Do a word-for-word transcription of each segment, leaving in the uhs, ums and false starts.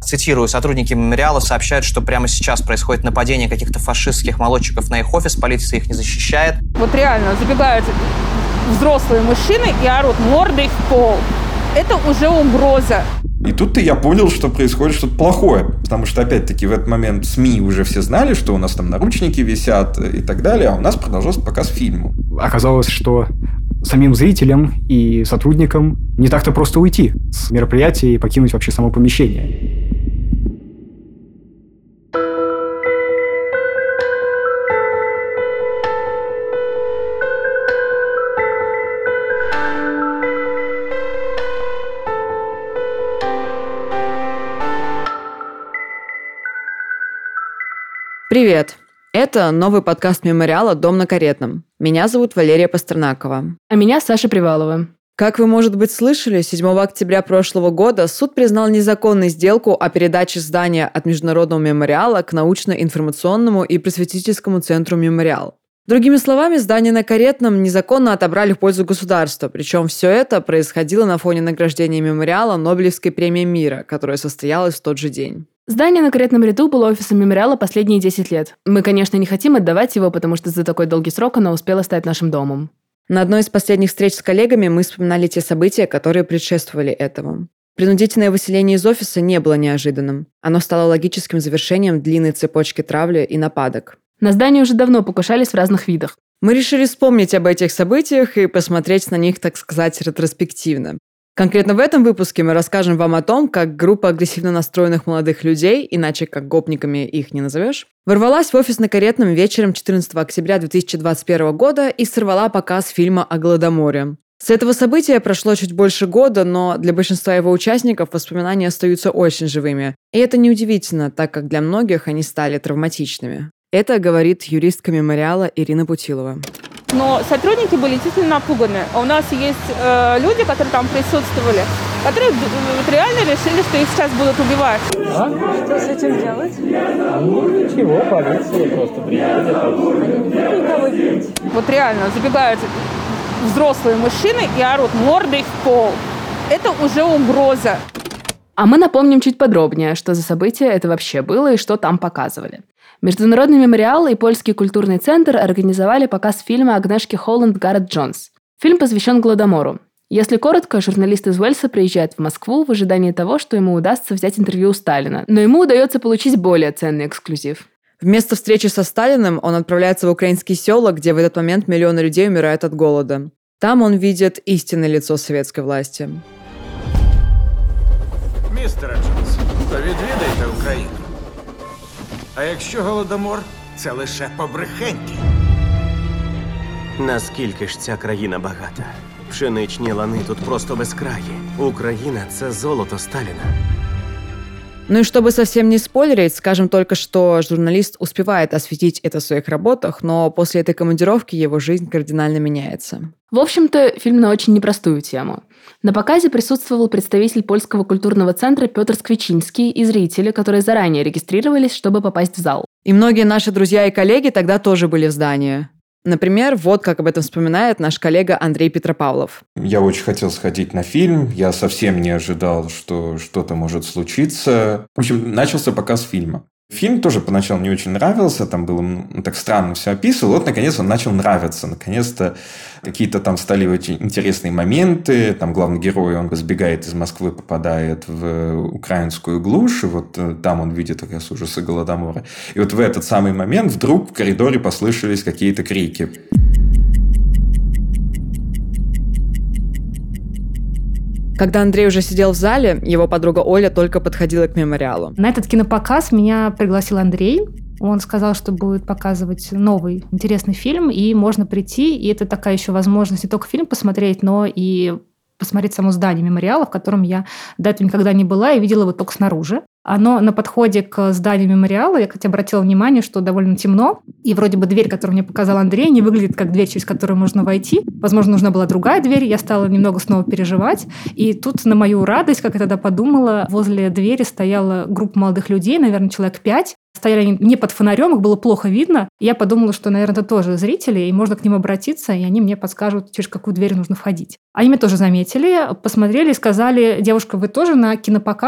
Цитирую, сотрудники мемориала сообщают, что прямо сейчас происходит нападение каких-то фашистских молодчиков на их офис, полиция их не защищает. Вот реально, забегают взрослые мужчины и орут мордой в пол. Это уже угроза. И тут-то я понял, что происходит что-то плохое. Потому что, опять-таки, в этот момент СМИ уже все знали, что у нас там наручники висят и так далее, а у нас продолжался показ фильма. Оказалось, что самим зрителям и сотрудникам не так-то просто уйти с мероприятия и покинуть вообще само помещение. Привет! Это новый подкаст мемориала «Дом на Каретном». Меня зовут Валерия Пастернакова. А меня Саша Привалова. Как вы, может быть, слышали, седьмого октября прошлого года суд признал незаконной сделку о передаче здания от Международного мемориала к научно-информационному и просветительскому центру «Мемориал». Другими словами, здание на Каретном незаконно отобрали в пользу государства, причем все это происходило на фоне награждения мемориала Нобелевской премией мира, которая состоялась в тот же день. Здание на Каретном ряду было офисом мемориала последние десять лет. Мы, конечно, не хотим отдавать его, потому что за такой долгий срок оно успело стать нашим домом. На одной из последних встреч с коллегами мы вспоминали те события, которые предшествовали этому. Принудительное выселение из офиса не было неожиданным. Оно стало логическим завершением длинной цепочки травли и нападок. На здание уже давно покушались в разных видах. Мы решили вспомнить об этих событиях и посмотреть на них, так сказать, ретроспективно. Конкретно в этом выпуске мы расскажем вам о том, как группа агрессивно настроенных молодых людей, иначе как гопниками их не назовешь, ворвалась в офис на Каретном вечером четырнадцатого октября две тысячи двадцать первого года и сорвала показ фильма о Голодоморе. С этого события прошло чуть больше года, но для большинства его участников воспоминания остаются очень живыми. И это неудивительно, так как для многих они стали травматичными. Это говорит юристка мемориала Ирина Путилова. Но сотрудники были действительно напуганы. А у нас есть э, люди, которые там присутствовали, которые вот, реально решили, что их сейчас будут убивать. А? Что с этим делать? Ну, ничего, полиция просто приедет. Вот реально, забегают взрослые мужчины и орут мордой в пол. Это уже угроза. А мы напомним чуть подробнее, что за событие это вообще было и что там показывали. Международный мемориал и Польский культурный центр организовали показ фильма Агнешки Холланд «Гаррет Джонс». Фильм посвящен Голодомору. Если коротко, журналист из Уэльса приезжает в Москву в ожидании того, что ему удастся взять интервью у Сталина, но ему удается получить более ценный эксклюзив. Вместо встречи со Сталиным он отправляется в украинские села, где в этот момент миллионы людей умирают от голода. Там он видит истинное лицо советской власти. Містер Джонс, то відвідайте Україну. А якщо Голодомор – це лише побрехеньки? Наскільки ж ця країна багата? Пшеничні лани тут просто безкраї. Україна – це золото Сталіна. Ну и чтобы совсем не спойлерить, скажем только, что журналист успевает осветить это в своих работах, но после этой командировки его жизнь кардинально меняется. В общем-то, фильм на очень непростую тему. На показе присутствовал представитель Польского культурного центра Петр Сквичинский и зрители, которые заранее регистрировались, чтобы попасть в зал. И многие наши друзья и коллеги тогда тоже были в здании. Например, вот как об этом вспоминает наш коллега Андрей Петропавлов. Я очень хотел сходить на фильм, я совсем не ожидал, что что-то может случиться. В общем, начался показ фильма. Фильм тоже поначалу не очень нравился, там было ну, так странно все описывал. Вот, наконец, он начал нравиться. Наконец-то какие-то там стали очень интересные моменты. Там главный герой, он сбегает из Москвы, попадает в украинскую глушь. И вот там он видит как раз ужасы Голодомора. И вот в этот самый момент вдруг в коридоре послышались какие-то крики. Когда Андрей уже сидел в зале, его подруга Оля только подходила к мемориалу. На этот кинопоказ меня пригласил Андрей. Он сказал, что будет показывать новый интересный фильм, и можно прийти. И это такая еще возможность не только фильм посмотреть, но и посмотреть само здание мемориала, в котором я до этого никогда не была и видела его только снаружи. Оно на подходе к зданию мемориала, я, кстати, обратила внимание, что довольно темно, и вроде бы дверь, которую мне показал Андрей, не выглядит как дверь, через которую можно войти. Возможно, нужна была другая дверь, я стала немного снова переживать. И тут, на мою радость, как я тогда подумала, возле двери стояла группа молодых людей, наверное, человек пять. Стояли они не под фонарем, их было плохо видно. И я подумала, что, наверное, это тоже зрители, и можно к ним обратиться, и они мне подскажут, через какую дверь нужно входить. Они меня тоже заметили, посмотрели и сказали: девушка, вы тоже на кинопоказ?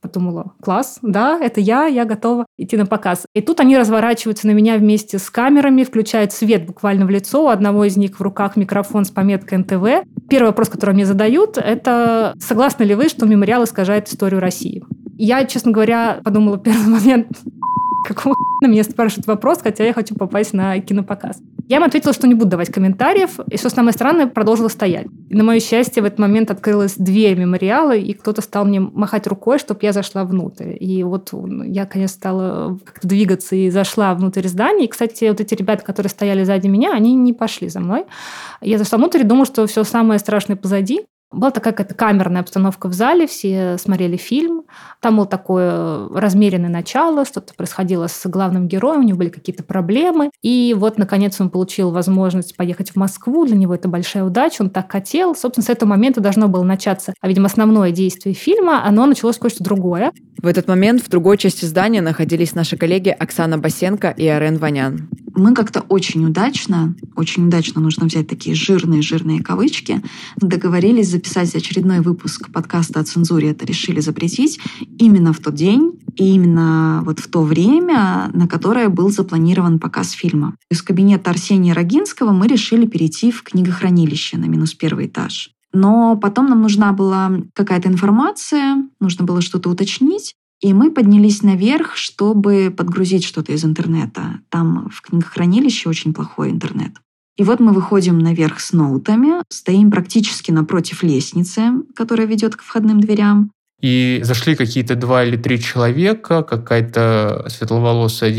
подумала, класс, да, это я, я готова идти на показ. И тут они разворачиваются на меня вместе с камерами, включают свет буквально в лицо. У одного из них в руках микрофон с пометкой эн тэ вэ. Первый вопрос, который мне задают, это согласны ли вы, что мемориал искажает историю России? Я, честно говоря, подумала в первый момент, какого хрена меня спрашивают вопрос, хотя я хочу попасть на кинопоказ. Я им ответила, что не буду давать комментариев, и, что самое странное, продолжила стоять. И, на мое счастье, в этот момент открылась дверь мемориала, и кто-то стал мне махать рукой, чтобы я зашла внутрь. И вот я, конечно, стала как-то двигаться и зашла внутрь здания. И, кстати, вот эти ребята, которые стояли сзади меня, они не пошли за мной. Я зашла внутрь и думала, что все самое страшное позади. Была такая какая-то камерная обстановка в зале, все смотрели фильм. Там было такое размеренное начало, что-то происходило с главным героем, у него были какие-то проблемы. И вот, наконец, он получил возможность поехать в Москву. Для него это большая удача, он так хотел. Собственно, с этого момента должно было начаться, а, видимо, основное действие фильма, оно началось кое-что другое. В этот момент в другой части здания находились наши коллеги Оксана Басенко и Арен Ванян. Мы как-то очень удачно, очень удачно, нужно взять такие жирные-жирные кавычки, договорились записать очередной выпуск подкаста о цензуре. Это решили запретить именно в тот день и именно вот в то время, на которое был запланирован показ фильма. Из кабинета Арсения Рогинского мы решили перейти в книгохранилище на минус первый этаж. Но потом нам нужна была какая-то информация, нужно было что-то уточнить. И мы поднялись наверх, чтобы подгрузить что-то из интернета. Там в книгохранилище очень плохой интернет. И вот мы выходим наверх с ноутами, стоим практически напротив лестницы, которая ведет к входным дверям. И зашли какие-то два или три человека, какая-то светловолосая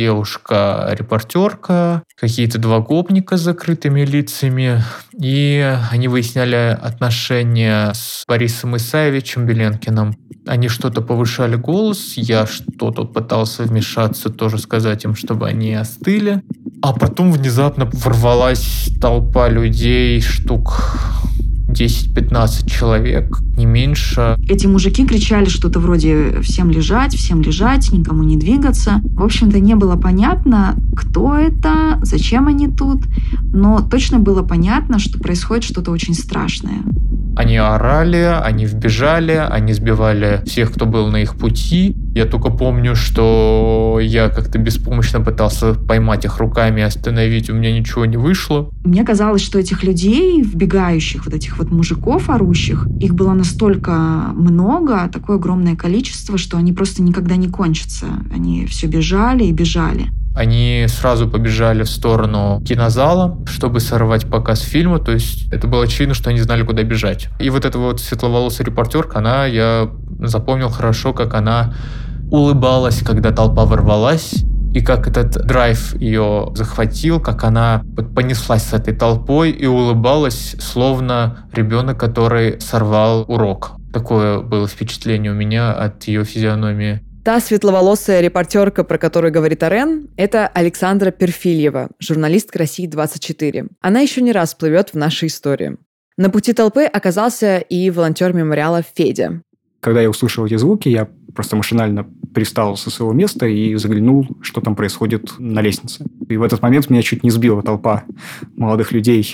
девушка-репортерка, какие-то два гопника с закрытыми лицами. И они выясняли отношения с Борисом Исаевичем Беленкиным. Они что-то повышали голос, я что-то пытался вмешаться, тоже сказать им, чтобы они остыли. А потом внезапно ворвалась толпа людей, штук десять-пятнадцать человек, не меньше. Эти мужики кричали что-то вроде «всем лежать, всем лежать, никому не двигаться». В общем-то, не было понятно, кто это, зачем они тут, но точно было понятно, что происходит что-то очень страшное. Они орали, они вбежали, они сбивали всех, кто был на их пути. Я только помню, что я как-то беспомощно пытался поймать их руками и остановить, у меня ничего не вышло. Мне казалось, что этих людей, вбегающих, вот этих вот мужиков орущих, их было настолько много, такое огромное количество, что они просто никогда не кончатся. Они все бежали и бежали. Они сразу побежали в сторону кинозала, чтобы сорвать показ фильма. То есть это было очевидно, что они знали, куда бежать. И вот эта вот светловолосая репортерка, она, я запомнил хорошо, как она улыбалась, когда толпа ворвалась, и как этот драйв ее захватил, как она понеслась с этой толпой и улыбалась, словно ребенок, который сорвал урок. Такое было впечатление у меня от ее физиономии. Та светловолосая репортерка, про которую говорит Арен, это Александра Перфильева, журналистка России двадцать четыре. Она еще не раз всплывет в нашей истории. На пути толпы оказался и волонтер мемориала Федя. Когда я услышал эти звуки, я просто машинально привстал со своего места и заглянул, что там происходит на лестнице. И в этот момент меня чуть не сбила толпа молодых людей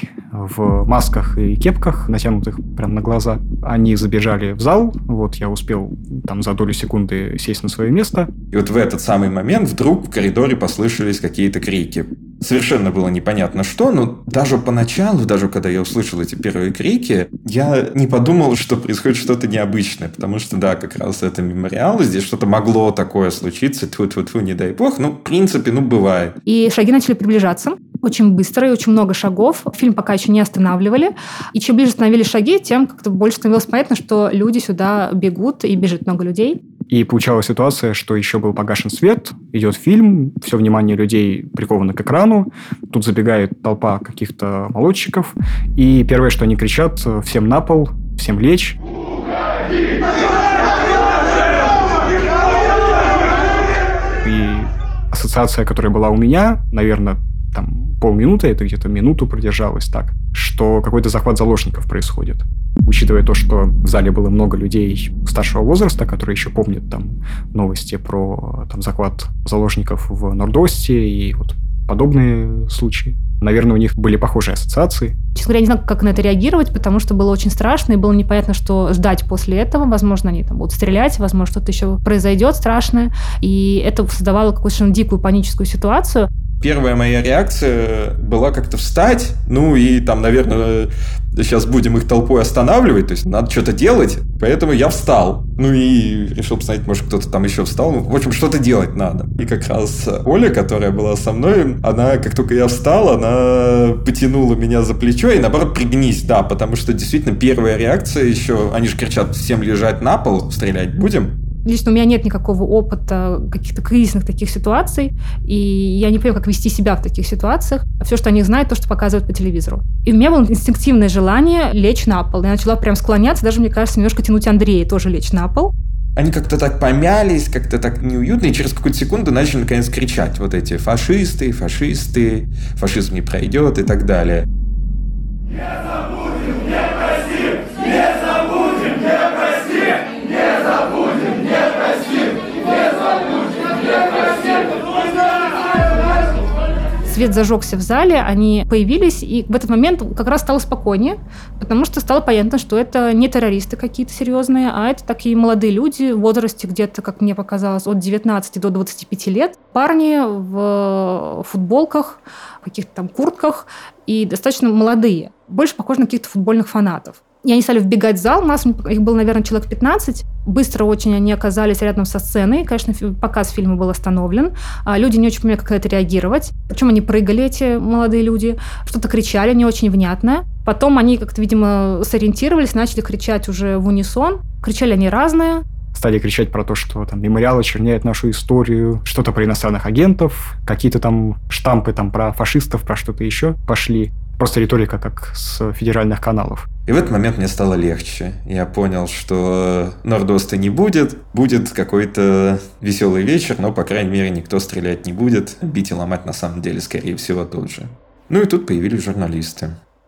в масках и кепках, натянутых прямо на глаза. Они забежали в зал, вот я успел там за долю секунды сесть на свое место. И вот в этот самый момент вдруг в коридоре послышались какие-то крики. Совершенно было непонятно что, но даже поначалу, даже когда я услышал эти первые крики, я не подумал, что происходит что-то необычное, потому что, да, как раз это мемориал, здесь что-то могло такое случиться, тьфу-тьфу-тьфу, не дай бог, ну, в принципе, ну, бывает. И шаги начали приближаться, очень быстро и очень много шагов. Фильм пока еще не останавливали, и чем ближе становились шаги, тем как-то больше становилось понятно, что люди сюда бегут, и бежит много людей. И получалась ситуация, что еще был погашен свет, идет фильм, все внимание людей приковано к экрану, тут забегает толпа каких-то молодчиков, и первое, что они кричат: всем на пол, всем лечь. И ассоциация, которая была у меня, наверное, там полминуты, это где-то минуту продержалась так, что какой-то захват заложников происходит. Учитывая то, что в зале было много людей старшего возраста, которые еще помнят там новости про там, захват заложников в Норд-Осте и вот подобные случаи. Наверное, у них были похожие ассоциации. честно говоря, не знаю, как на это реагировать, потому что было очень страшно, и было непонятно, что ждать после этого. Возможно, они там будут стрелять, возможно, что-то еще произойдет страшное. И это создавало какую-то совершенно дикую паническую ситуацию. Первая моя реакция была как-то встать, ну и там, наверное, сейчас будем их толпой останавливать, то есть надо что-то делать, поэтому я встал. Ну и решил посмотреть, может, кто-то там еще встал. Ну, в общем, что-то делать надо. И как раз Оля, которая была со мной, она, как только я встал, она потянула меня за плечо и, наоборот, пригнись, да, потому что действительно первая реакция еще, они же кричат, всем лежать на пол, стрелять будем. Лично у меня нет никакого опыта каких-то кризисных таких ситуаций, и я не понимаю, как вести себя в таких ситуациях. Все, что они знают, то, что показывают по телевизору. И у меня было инстинктивное желание лечь на пол. Я начала прям склоняться, даже, мне кажется, немножко тянуть Андрея тоже лечь на пол. Они как-то так помялись, как-то так неуютно, и через какую-то секунду начали наконец кричать. Вот эти фашисты, фашисты, фашизм не пройдет и так далее. Не забудем, не простим, не забудем, не простим, не забудем, не простим, не забудем, не простим. Свет зажегся в зале, они появились, и в этот момент как раз стало спокойнее, потому что стало понятно, что это не террористы какие-то серьезные, а это такие молодые люди в возрасте где-то, как мне показалось, от девятнадцати до двадцати пяти лет. Парни в футболках, каких-то там куртках и достаточно молодые, больше похожи на каких-то футбольных фанатов. И они стали вбегать в зал, у нас их было, наверное, человек пятнадцать. Быстро очень они оказались рядом со сценой. Конечно, показ фильма был остановлен. Люди не очень понимали, как на это реагировать. Причем они прыгали, эти молодые люди, что-то кричали не очень внятное. Потом они как-то, видимо, сориентировались, начали кричать уже в унисон. Кричали они разные. Стали кричать про то, что там мемориал очерняет нашу историю, что-то про иностранных агентов, какие-то там штампы там про фашистов, про что-то еще пошли. Просто риторика, как с федеральных каналов. И в этот момент мне стало легче. Я понял, что Нордоста не будет. Будет какой-то веселый вечер, но, по крайней мере, никто стрелять не будет. Бить и ломать, на самом деле, скорее всего, тот же. Ну и тут появились журналисты.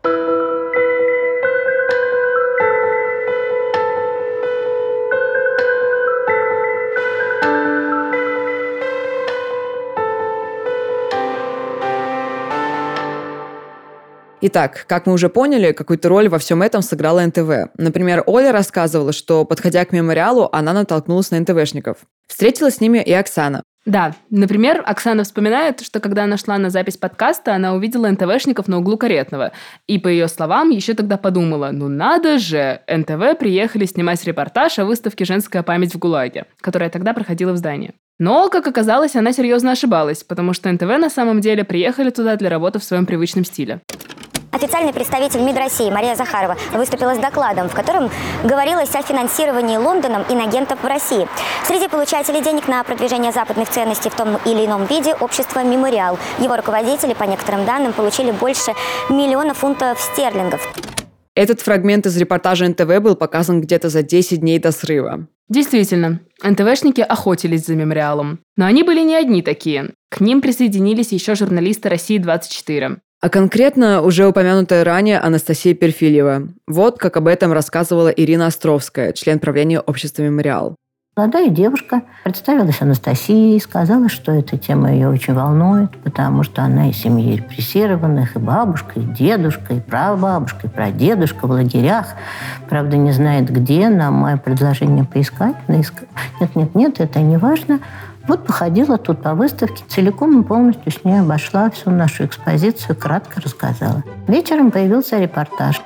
Итак, как мы уже поняли, какую-то роль во всем этом сыграла эн тэ вэ. Например, Оля рассказывала, что, подходя к мемориалу, она натолкнулась на эн тэ вэшников. Встретилась с ними и Оксана. Да, например, Оксана вспоминает, что когда она шла на запись подкаста, она увидела эн тэ вэшников на углу Каретного. И, по ее словам, еще тогда подумала, ну надо же, эн тэ вэ приехали снимать репортаж о выставке «Женская память в ГУЛАГе», которая тогда проходила в здании. Но, как оказалось, она серьезно ошибалась, потому что эн тэ вэ на самом деле приехали туда для работы в своем привычном стиле. Официальный представитель МИД России Мария Захарова выступила с докладом, в котором говорилось о финансировании Лондоном инагентов в России. Среди получателей денег на продвижение западных ценностей в том или ином виде общество «Мемориал». Его руководители, по некоторым данным, получили больше миллиона фунтов стерлингов. Этот фрагмент из репортажа эн тэ вэ был показан где-то за десять дней до срыва. Действительно, эн тэ вэшники охотились за мемориалом. Но они были не одни такие. К ним присоединились еще журналисты «России двадцать четыре». А конкретно уже упомянутая ранее Анастасия Перфильева. Вот как об этом рассказывала Ирина Островская, член правления общества «Мемориал». Молодая девушка представилась Анастасией, сказала, что эта тема ее очень волнует, потому что она из семьи репрессированных, и бабушка, и дедушка, и прабабушка, и прадедушка в лагерях. Правда, не знает где, на мое предложение поискать. Нет, нет, нет, это не важно. Вот походила тут по выставке, целиком и полностью с ней обошла всю нашу экспозицию, кратко рассказала. Вечером появился репортаж.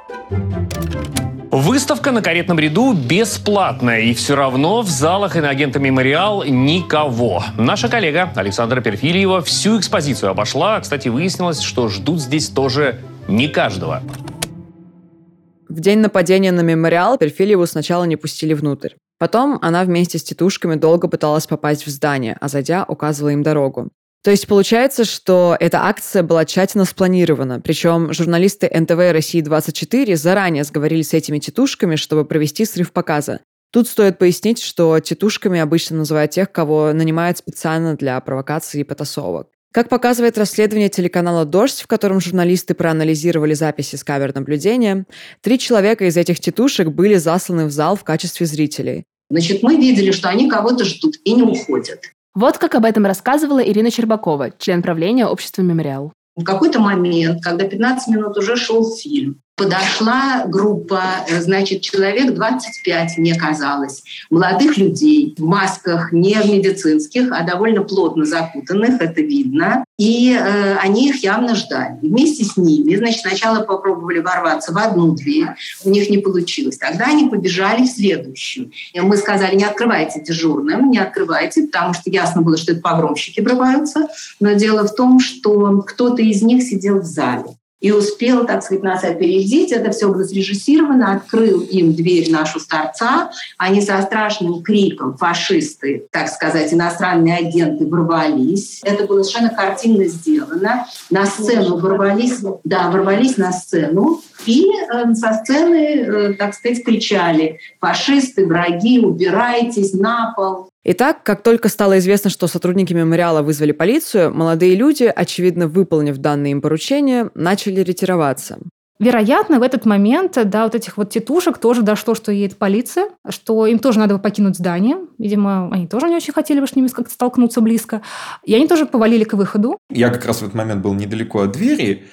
Выставка на Каретном ряду бесплатная, и все равно в залах иноагента «Мемориал» никого. Наша коллега Александра Перфильева всю экспозицию обошла. Кстати, выяснилось, что ждут здесь тоже не каждого. В день нападения на «Мемориал» Перфильеву сначала не пустили внутрь. Потом она вместе с тетушками долго пыталась попасть в здание, а зайдя, указывала им дорогу. То есть получается, что эта акция была тщательно спланирована. Причем журналисты эн тэ вэ России двадцать четыре заранее сговорились с этими тетушками, чтобы провести срыв показа. Тут стоит пояснить, что тетушками обычно называют тех, кого нанимают специально для провокаций и потасовок. Как показывает расследование телеканала «Дождь», в котором журналисты проанализировали записи с камер наблюдения, три человека из этих тетушек были засланы в зал в качестве зрителей. Значит, мы видели, что они кого-то ждут и не уходят. Вот как об этом рассказывала Ирина Щербакова, член правления общества «Мемориал». В какой-то момент, когда пятнадцать минут уже шел фильм, подошла группа, значит, человек двадцать пять, мне казалось, молодых людей в масках, не в медицинских, а довольно плотно закутанных, это видно. И э, они их явно ждали. И вместе с ними, значит, сначала попробовали ворваться в одну дверь, у них не получилось. Тогда они побежали в следующую. И мы сказали, не открывайте дежурным, не открывайте, потому что ясно было, что это погромщики врываются. Но дело в том, что кто-то из них сидел в зале и успел, так сказать, нас опередить. Это все было срежиссировано, открыл им дверь нашу с торца. Они со страшным криком, фашисты, так сказать, иностранные агенты, ворвались. Это было совершенно картинно сделано. На сцену ворвались, да, ворвались на сцену. И э, со сцены, э, так сказать, кричали: «Фашисты, враги, убирайтесь на пол». Итак, как только стало известно, что сотрудники мемориала вызвали полицию, молодые люди, очевидно выполнив данные им поручения, начали ретироваться. Вероятно, в этот момент до вот этих вот тетушек тоже дошло, что едет полиция, что им тоже надо покинуть здание. Видимо, они тоже не очень хотели бы с ними как-то столкнуться близко. И они тоже повалили к выходу. Я как раз в этот момент был недалеко от двери,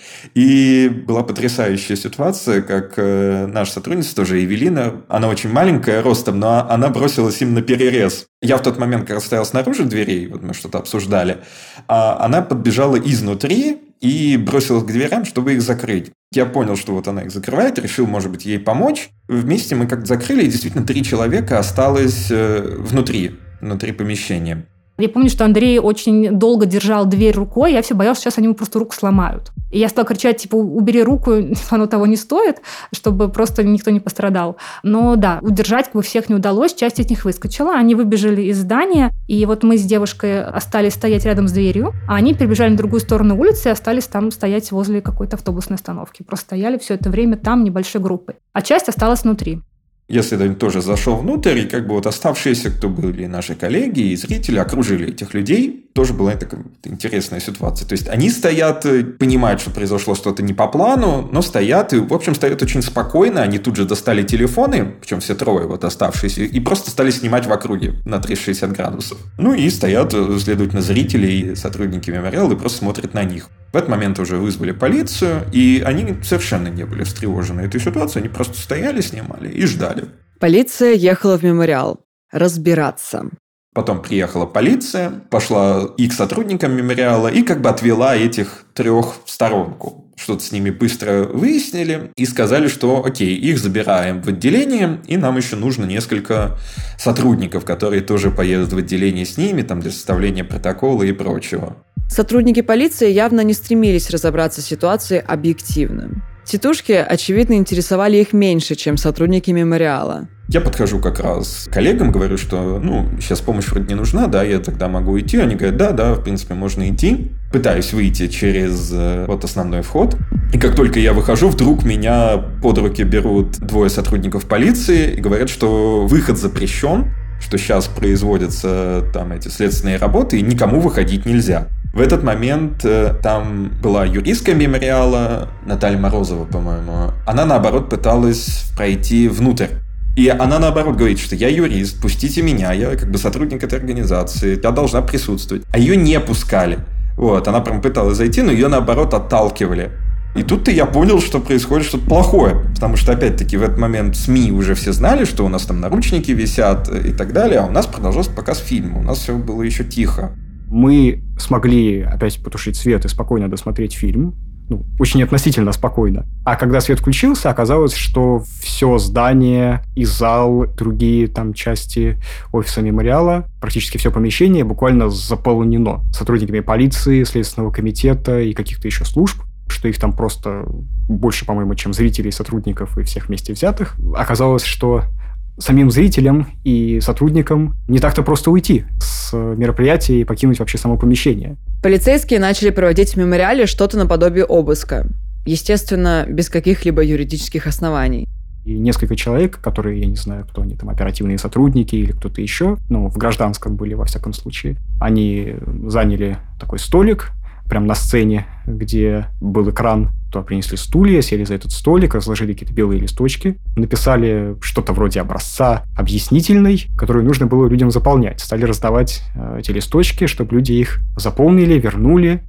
и была потрясающая ситуация, как э, наша сотрудница, тоже Евелина, она очень маленькая ростом, но она бросилась им на перерез. Я в тот момент, когда стоял снаружи дверей, вот мы что-то обсуждали, а она подбежала изнутри и бросилась к дверям, чтобы их закрыть. Я понял, что вот она их закрывает, решил, может быть, ей помочь. Вместе мы как-то закрыли, и действительно три человека осталось э, внутри, внутри помещения. Я помню, что Андрей очень долго держал дверь рукой, я все боялась, что сейчас они ему просто руку сломают. И я стала кричать, типа, убери руку, оно того не стоит, чтобы просто никто не пострадал. Но да, удержать как бы всех не удалось, часть из них выскочила, они выбежали из здания, и вот мы с девушкой остались стоять рядом с дверью, а они перебежали на другую сторону улицы и остались там стоять возле какой-то автобусной остановки. Просто стояли все это время там небольшой группой. А часть осталась внутри. Я, следовательно, тоже зашел внутрь, и как бы вот оставшиеся, кто были наши коллеги и зрители, окружили этих людей. Тоже была такая интересная ситуация. То есть они стоят, понимают, что произошло что-то не по плану, но стоят, и, в общем, стоят очень спокойно. Они тут же достали телефоны, причем все трое вот оставшиеся, и просто стали снимать в округе на триста шестьдесят градусов. Ну и стоят, следовательно, зрители и сотрудники мемориала и просто смотрят на них. В этот момент уже вызвали полицию, и они совершенно не были встревожены этой ситуацией, они просто стояли, снимали и ждали. Полиция ехала в мемориал разбираться. Потом приехала полиция, пошла и к сотрудникам мемориала, и как бы отвела этих трех в сторонку. Что-то с ними быстро выяснили и сказали, что окей, их забираем в отделение, и нам еще нужно несколько сотрудников, которые тоже поедут в отделение с ними, там, для составления протокола и прочего. Сотрудники полиции явно не стремились разобраться с ситуацией объективно. Тетушки, очевидно, интересовали их меньше, чем сотрудники мемориала. Я подхожу как раз к коллегам, говорю, что, ну, сейчас помощь вроде не нужна, да, я тогда могу идти. Они говорят, да, да, в принципе, можно идти. Пытаюсь выйти через вот основной вход. И как только я выхожу, вдруг меня под руки берут двое сотрудников полиции и говорят, что выход запрещен, что сейчас производятся там эти следственные работы, и никому выходить нельзя. В этот момент э, там была юристка мемориала, Наталья Морозова, по-моему. Она, наоборот, пыталась пройти внутрь. И она, наоборот, говорит, что я юрист, пустите меня, я как бы сотрудник этой организации, я должна присутствовать. А ее не пускали. Вот, она прям пыталась зайти, но ее, наоборот, отталкивали. И тут-то я понял, что происходит что-то плохое. Потому что, опять-таки, в этот момент СМИ уже все знали, что у нас там наручники висят и так далее, а у нас продолжался показ фильма. У нас все было еще тихо. Мы смогли опять потушить свет и спокойно досмотреть фильм. Ну, очень относительно спокойно. А когда свет включился, оказалось, что все здание и зал, другие там части офиса мемориала, практически все помещение буквально заполнено сотрудниками полиции, Следственного комитета и каких-то еще служб, что их там просто больше, по-моему, чем зрителей, сотрудников и всех вместе взятых. Оказалось, что самим зрителям и сотрудникам не так-то просто уйти с мероприятия и покинуть вообще само помещение. Полицейские начали проводить в мемориале что-то наподобие обыска. Естественно, без каких-либо юридических оснований. И несколько человек, которые, я не знаю, кто они там, оперативные сотрудники или кто-то еще, ну, в гражданском были, во всяком случае, они заняли такой столик прямо на сцене, где был экран. Туда принесли стулья, сели за этот столик, разложили какие-то белые листочки, написали что-то вроде образца объяснительной, которую нужно было людям заполнять. Стали раздавать э, эти листочки, чтобы люди их заполнили, вернули.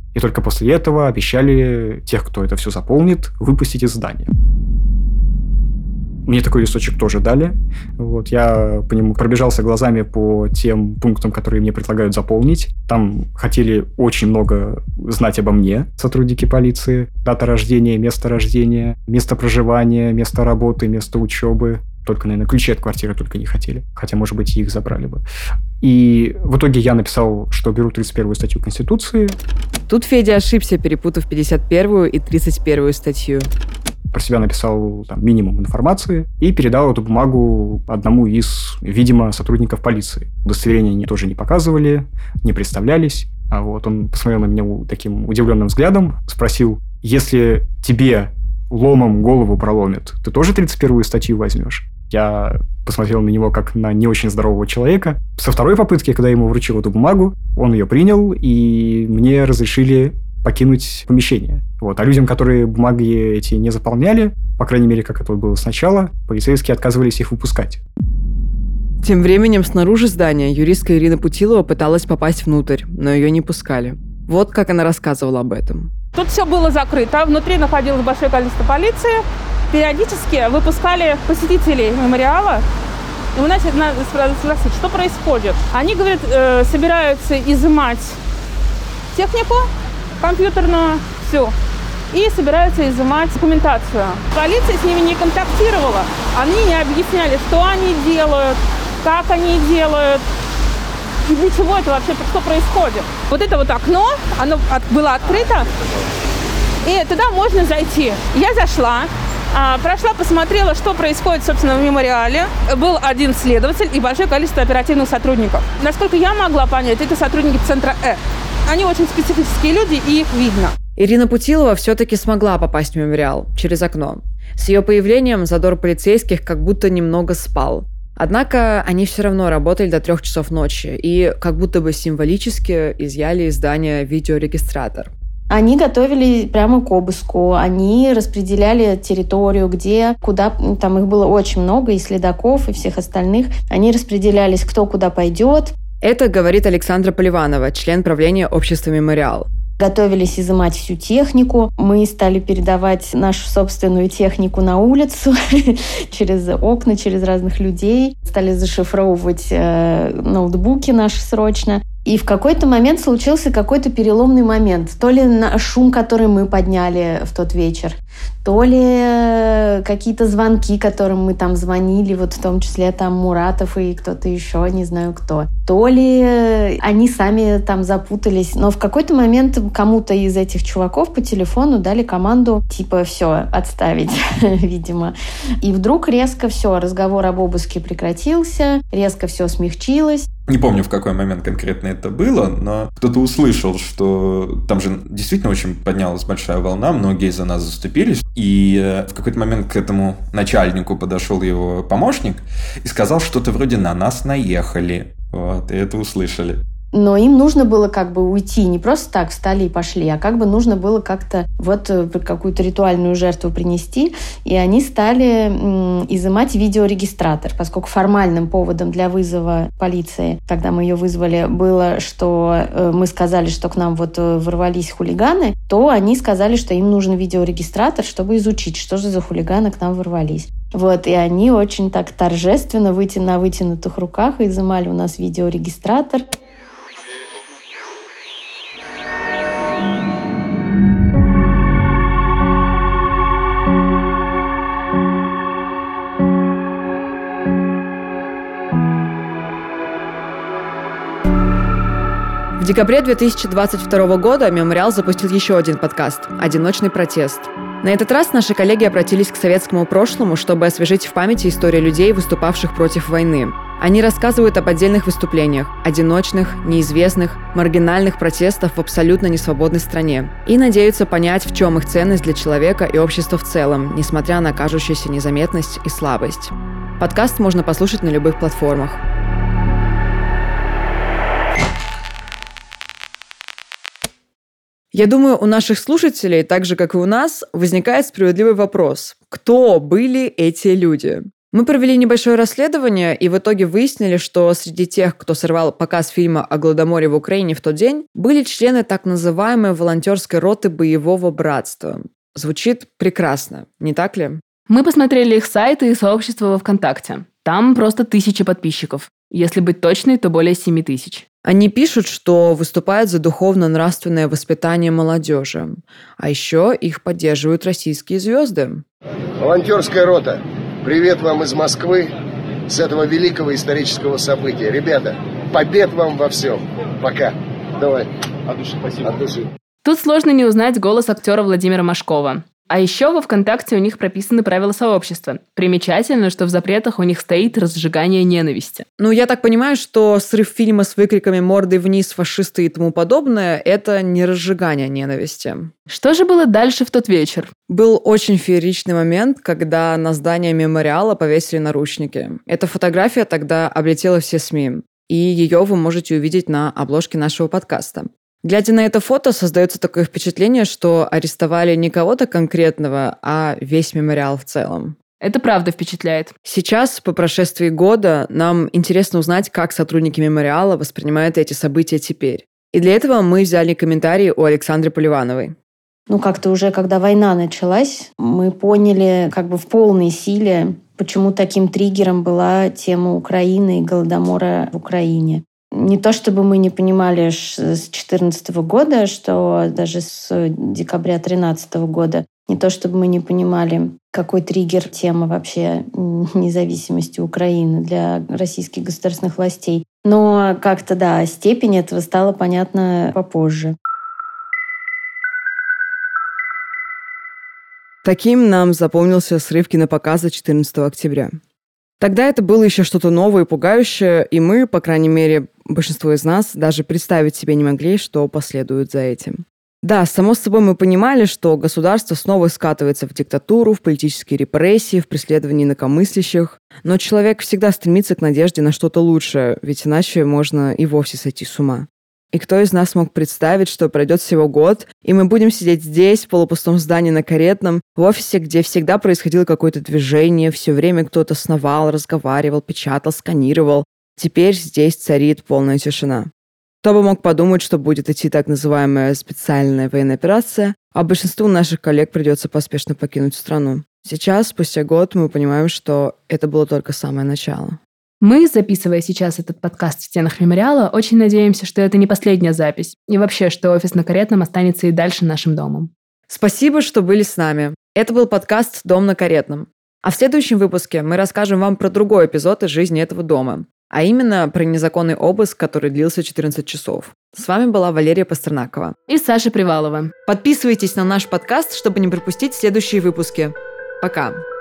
И только после этого обещали тех, кто это все заполнит, выпустить из здания. Мне такой листочек тоже дали. Вот, я по нему пробежался глазами по тем пунктам, которые мне предлагают заполнить. Там хотели очень много знать обо мне, сотрудники полиции. Дата рождения, место рождения, место проживания, место работы, место учебы. Только, наверное, ключи от квартиры только не хотели. Хотя, может быть, и их забрали бы. И в итоге я написал, что беру тридцать первую статью Конституции. Тут Федя ошибся, перепутав пятьдесят первую и тридцать первую статью. Про себя написал там, минимум информации и передал эту бумагу одному из, видимо, сотрудников полиции. Удостоверения они тоже не показывали, не представлялись. А вот он посмотрел на меня таким удивленным взглядом, спросил: если тебе ломом голову проломит, ты тоже тридцать первую статью возьмешь? Я посмотрел на него как на не очень здорового человека. Со второй попытки, когда я ему вручил эту бумагу, он ее принял, и мне разрешили покинуть помещение. Вот. А людям, которые бумаги эти не заполняли, по крайней мере, как это было сначала, полицейские отказывались их выпускать. Тем временем снаружи здания юристка Ирина Путилова пыталась попасть внутрь, но ее не пускали. Вот как она рассказывала об этом. Тут все было закрыто, внутри находилось большое количество полиции. Периодически выпускали посетителей мемориала. И у нас надо спросить, что происходит. Они, говорят, э, собираются изымать технику компьютерную, всю, и собираются изымать документацию. Полиция с ними не контактировала, они не объясняли, что они делают, как они делают, и для чего это вообще, что происходит. Вот это вот окно, оно от, было открыто, и туда можно зайти. Я зашла, прошла, посмотрела, что происходит, собственно, в мемориале. Был один следователь и большое количество оперативных сотрудников. Насколько я могла понять, это сотрудники центра Э. Они очень специфические люди, и их видно. Ирина Путилова все-таки смогла попасть в мемориал через окно. С ее появлением задор полицейских как будто немного спал. Однако они все равно работали до трех часов ночи и как будто бы символически изъяли из здания видеорегистратор. Они готовили прямо к обыску, они распределяли территорию, где, куда, там их было очень много, и следаков, и всех остальных. Они распределялись, кто куда пойдет. Это говорит Александра Поливанова, член правления общества «Мемориал». Готовились изымать всю технику. Мы стали передавать нашу собственную технику на улицу через окна, через разных людей. Стали зашифровывать э, ноутбуки наши срочно. И в какой-то момент случился какой-то переломный момент. То ли шум, который мы подняли в тот вечер, то ли какие-то звонки, которым мы там звонили, вот в том числе там Муратов и кто-то еще, не знаю кто. То ли они сами там запутались. Но в какой-то момент кому-то из этих чуваков по телефону дали команду типа «все, отставить», видимо. И вдруг резко все, разговор об обыске прекратился, резко все смягчилось. Не помню, в какой момент конкретно это было, но кто-то услышал, что там же действительно очень поднялась большая волна, многие за нас заступились, и в какой-то момент к этому начальнику подошел его помощник и сказал что-то вроде «на нас наехали». Вот, и это услышали. Но им нужно было как бы уйти, не просто так встали и пошли, а как бы нужно было как-то вот какую-то ритуальную жертву принести, и они стали м, изымать видеорегистратор, поскольку формальным поводом для вызова полиции, когда мы ее вызвали, было, что э, мы сказали, что к нам вот ворвались хулиганы, то они сказали, что им нужен видеорегистратор, чтобы изучить, что же за хулиганы к нам ворвались. Вот, и они очень так торжественно выйти на вытянутых руках изымали у нас видеорегистратор. В декабре две тысячи двадцать второго года «Мемориал» запустил еще один подкаст «Одиночный протест». На этот раз наши коллеги обратились к советскому прошлому, чтобы освежить в памяти историю людей, выступавших против войны. Они рассказывают об отдельных выступлениях, одиночных, неизвестных, маргинальных протестах в абсолютно несвободной стране и надеются понять, в чем их ценность для человека и общества в целом, несмотря на кажущуюся незаметность и слабость. Подкаст можно послушать на любых платформах. Я думаю, у наших слушателей, так же, как и у нас, возникает справедливый вопрос. Кто были эти люди? Мы провели небольшое расследование и в итоге выяснили, что среди тех, кто сорвал показ фильма о Голодоморе в Украине в тот день, были члены так называемой волонтерской роты боевого братства. Звучит прекрасно, не так ли? Мы посмотрели их сайты и сообщество во ВКонтакте. Там просто тысячи подписчиков. Если быть точной, то более семи тысяч. Они пишут, что выступают за духовно-нравственное воспитание молодежи. А еще их поддерживают российские звезды. Волонтерская рота. Привет вам из Москвы с этого великого исторического события. Ребята, побед вам во всем. Пока. Давай. От души спасибо. От души. Тут сложно не узнать голос актера Владимира Машкова. А еще во ВКонтакте у них прописаны правила сообщества. Примечательно, что в запретах у них стоит разжигание ненависти. Ну, я так понимаю, что срыв фильма с выкриками «мордой вниз, фашисты» и тому подобное – это не разжигание ненависти. Что же было дальше в тот вечер? Был очень фееричный момент, когда на здание мемориала повесили наручники. Эта фотография тогда облетела все СМИ. И ее вы можете увидеть на обложке нашего подкаста. Глядя на это фото, создается такое впечатление, что арестовали не кого-то конкретного, а весь мемориал в целом. Это правда впечатляет. Сейчас, по прошествии года, нам интересно узнать, как сотрудники мемориала воспринимают эти события теперь. И для этого мы взяли комментарии у Александры Поливановой. Ну, как-то уже, когда война началась, мы поняли как бы в полной силе, почему таким триггером была тема Украины и Голодомора в Украине. Не то чтобы мы не понимали с две тысячи четырнадцатого года, что даже с декабря две тысячи тринадцатого года, не то чтобы мы не понимали, какой триггер тема вообще независимости Украины для российских государственных властей. Но как-то, да, степень этого стала понятна попозже. Таким нам запомнился срыв кинопоказа четырнадцатого октября. Тогда это было еще что-то новое и пугающее, и мы, по крайней мере, большинство из нас, даже представить себе не могли, что последует за этим. Да, само собой мы понимали, что государство снова скатывается в диктатуру, в политические репрессии, в преследование инакомыслящих, но человек всегда стремится к надежде на что-то лучшее, ведь иначе можно и вовсе сойти с ума. И кто из нас мог представить, что пройдет всего год, и мы будем сидеть здесь, в полупустом здании на Каретном, в офисе, где всегда происходило какое-то движение, все время кто-то сновал, разговаривал, печатал, сканировал. Теперь здесь царит полная тишина. Кто бы мог подумать, что будет идти так называемая специальная военная операция, а большинству наших коллег придется поспешно покинуть страну. Сейчас, спустя год, мы понимаем, что это было только самое начало. Мы, записывая сейчас этот подкаст в стенах мемориала, очень надеемся, что это не последняя запись, и вообще, что офис на Каретном останется и дальше нашим домом. Спасибо, что были с нами. Это был подкаст «Дом на Каретном». А в следующем выпуске мы расскажем вам про другой эпизод из жизни этого дома, а именно про незаконный обыск, который длился четырнадцать часов. С вами была Валерия Пастернакова и Саша Привалова. Подписывайтесь на наш подкаст, чтобы не пропустить следующие выпуски. Пока!